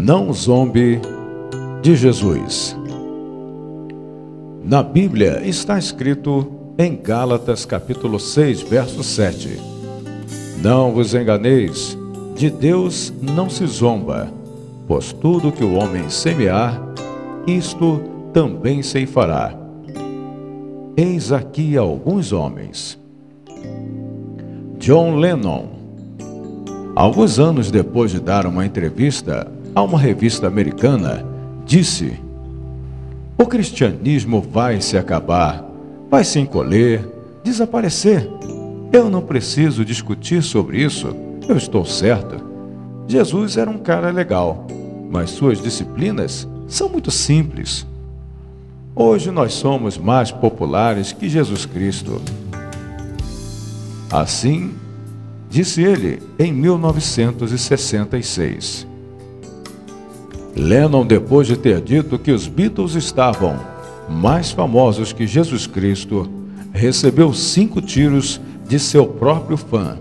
Não zombe de Jesus. Na Bíblia está escrito em Gálatas capítulo 6, verso 7: Não vos enganeis, de Deus não se zomba, pois tudo que o homem semear, isto também ceifará. Eis aqui alguns homens. John Lennon, alguns anos depois de dar uma entrevista a uma revista americana, disse: o cristianismo vai se acabar, vai se encolher, desaparecer. Eu não preciso discutir sobre isso, eu estou certo. Jesus era um cara legal, mas suas disciplinas são muito simples. Hoje nós somos mais populares que Jesus Cristo. Assim, disse ele em 1966. Lennon, depois de ter dito que os Beatles estavam mais famosos que Jesus Cristo, recebeu 5 tiros de seu próprio fã,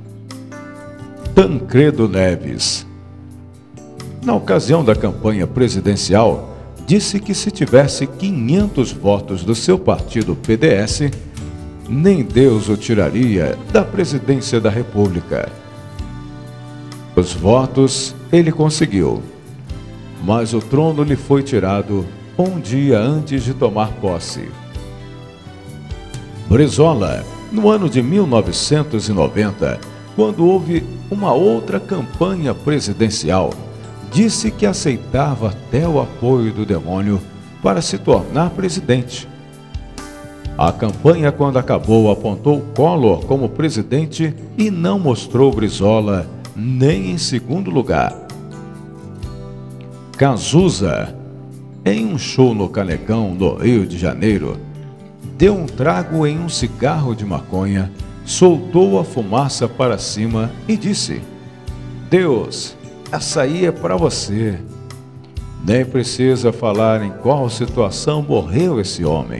Tancredo Neves. Na ocasião da campanha presidencial, disse que se tivesse 500 votos do seu partido PDS, nem Deus o tiraria da presidência da República. Os votos ele conseguiu, mas o trono lhe foi tirado um dia antes de tomar posse. Brizola, no ano de 1990, quando houve uma outra campanha presidencial, disse que aceitava até o apoio do demônio para se tornar presidente. A campanha, quando acabou, apontou Collor como presidente e não mostrou Brizola nem em segundo lugar. Cazuza, em um show no Canecão, no Rio de Janeiro, deu um trago em um cigarro de maconha, soltou a fumaça para cima e disse: Deus, essa aí é para você. Nem precisa falar em qual situação morreu esse homem.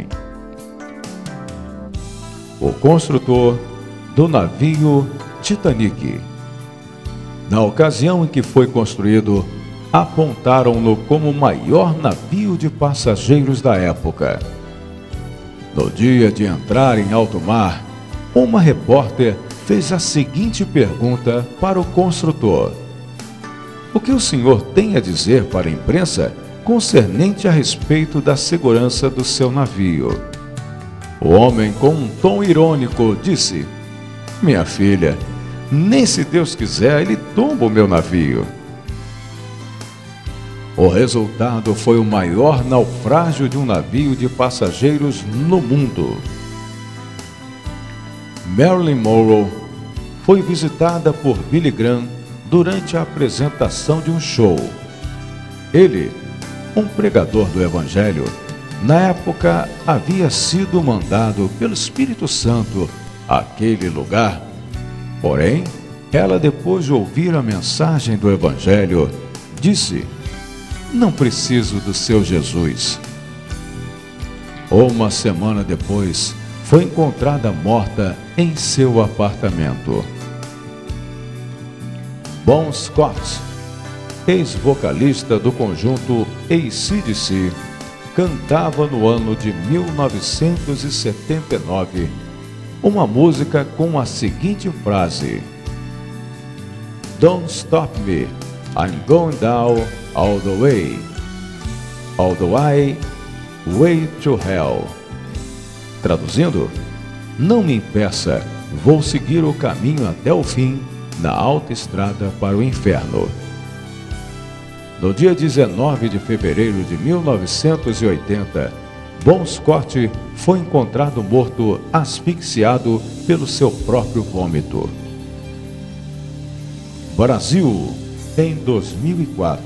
O construtor do navio Titanic. Na ocasião em que foi construído, apontaram-no como o maior navio de passageiros da época. No dia de entrar em alto mar, uma repórter fez a seguinte pergunta para o construtor: o que o senhor tem a dizer para a imprensa concernente a respeito da segurança do seu navio? O homem, com um tom irônico, disse: minha filha, nem se Deus quiser ele tomba o meu navio. O resultado foi o maior naufrágio de um navio de passageiros no mundo. Marilyn Monroe foi visitada por Billy Graham durante a apresentação de um show. Ele, um pregador do Evangelho, na época havia sido mandado pelo Espírito Santo àquele lugar. Porém, ela, depois de ouvir a mensagem do Evangelho, disse: não preciso do seu Jesus. Uma semana depois, foi encontrada morta em seu apartamento. Bon Scott, ex-vocalista do conjunto AC/DC, cantava no ano de 1979 uma música com a seguinte frase: Don't stop me, I'm going down all the way to hell. Traduzindo: não me impeça, vou seguir o caminho até o fim, na alta estrada para o inferno. No dia 19 de fevereiro de 1980, Bon Scott foi encontrado morto, asfixiado pelo seu próprio vômito. Brasil, em 2004.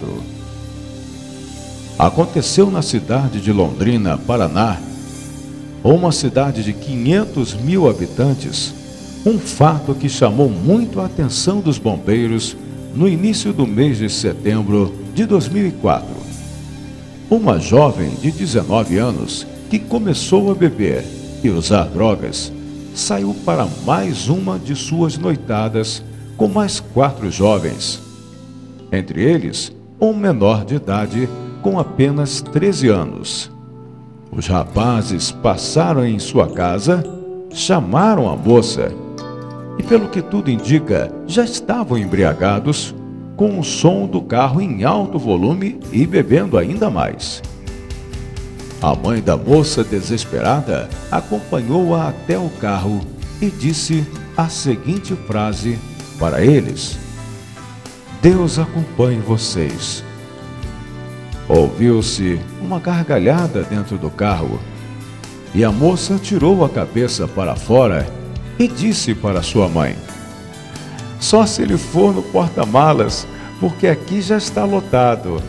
Aconteceu na cidade de Londrina, Paraná, uma cidade de 500 mil habitantes, um fato que chamou muito a atenção dos bombeiros no início do mês de setembro de 2004. Uma jovem de 19 anos que começou a beber e usar drogas saiu para mais uma de suas noitadas com mais 4 jovens. Entre eles, um menor de idade com apenas 13 anos. Os rapazes passaram em sua casa, chamaram a moça e, pelo que tudo indica, já estavam embriagados, com o som do carro em alto volume e bebendo ainda mais. A mãe da moça, desesperada, acompanhou-a até o carro e disse a seguinte frase para eles: "Deus acompanhe vocês." Ouviu-se uma gargalhada dentro do carro e a moça tirou a cabeça para fora e disse para sua mãe: "Só se ele for no porta-malas, porque aqui já está lotado."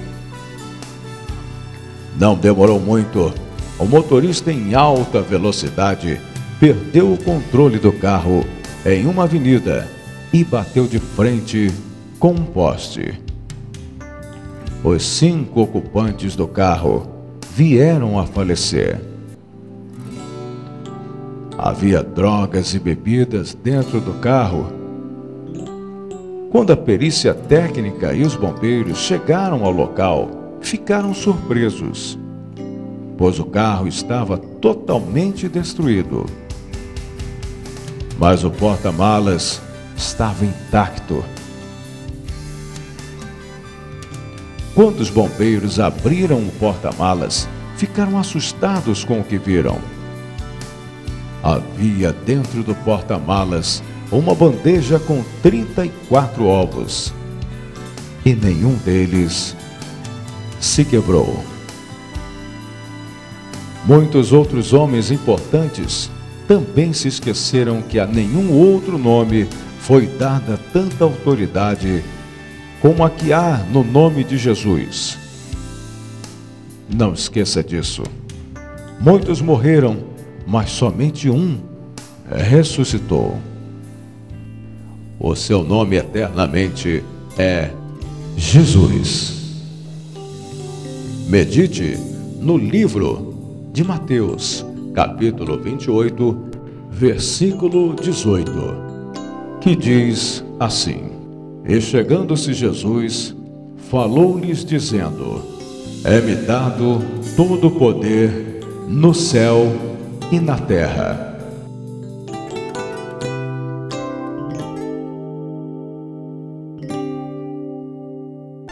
Não demorou muito. O motorista, em alta velocidade, perdeu o controle do carro em uma avenida e bateu de frente com um poste. Os 5 ocupantes do carro vieram a falecer. Havia drogas e bebidas dentro do carro. Quando a perícia técnica e os bombeiros chegaram ao local, ficaram surpresos, pois o carro estava totalmente destruído. Mas o porta-malas estava intacto. Quando os bombeiros abriram o porta-malas, ficaram assustados com o que viram. Havia dentro do porta-malas uma bandeja com 34 ovos, e nenhum deles se quebrou. Muitos outros homens importantes também se esqueceram que a nenhum outro nome foi dada tanta autoridade como a que há no nome de Jesus. Não esqueça disso. Muitos morreram, mas somente um ressuscitou. O seu nome eternamente é Jesus. Medite no livro de Mateus, capítulo 28, versículo 18, que diz assim: "E chegando-se Jesus, falou-lhes dizendo: É-me dado todo o poder no céu e na terra.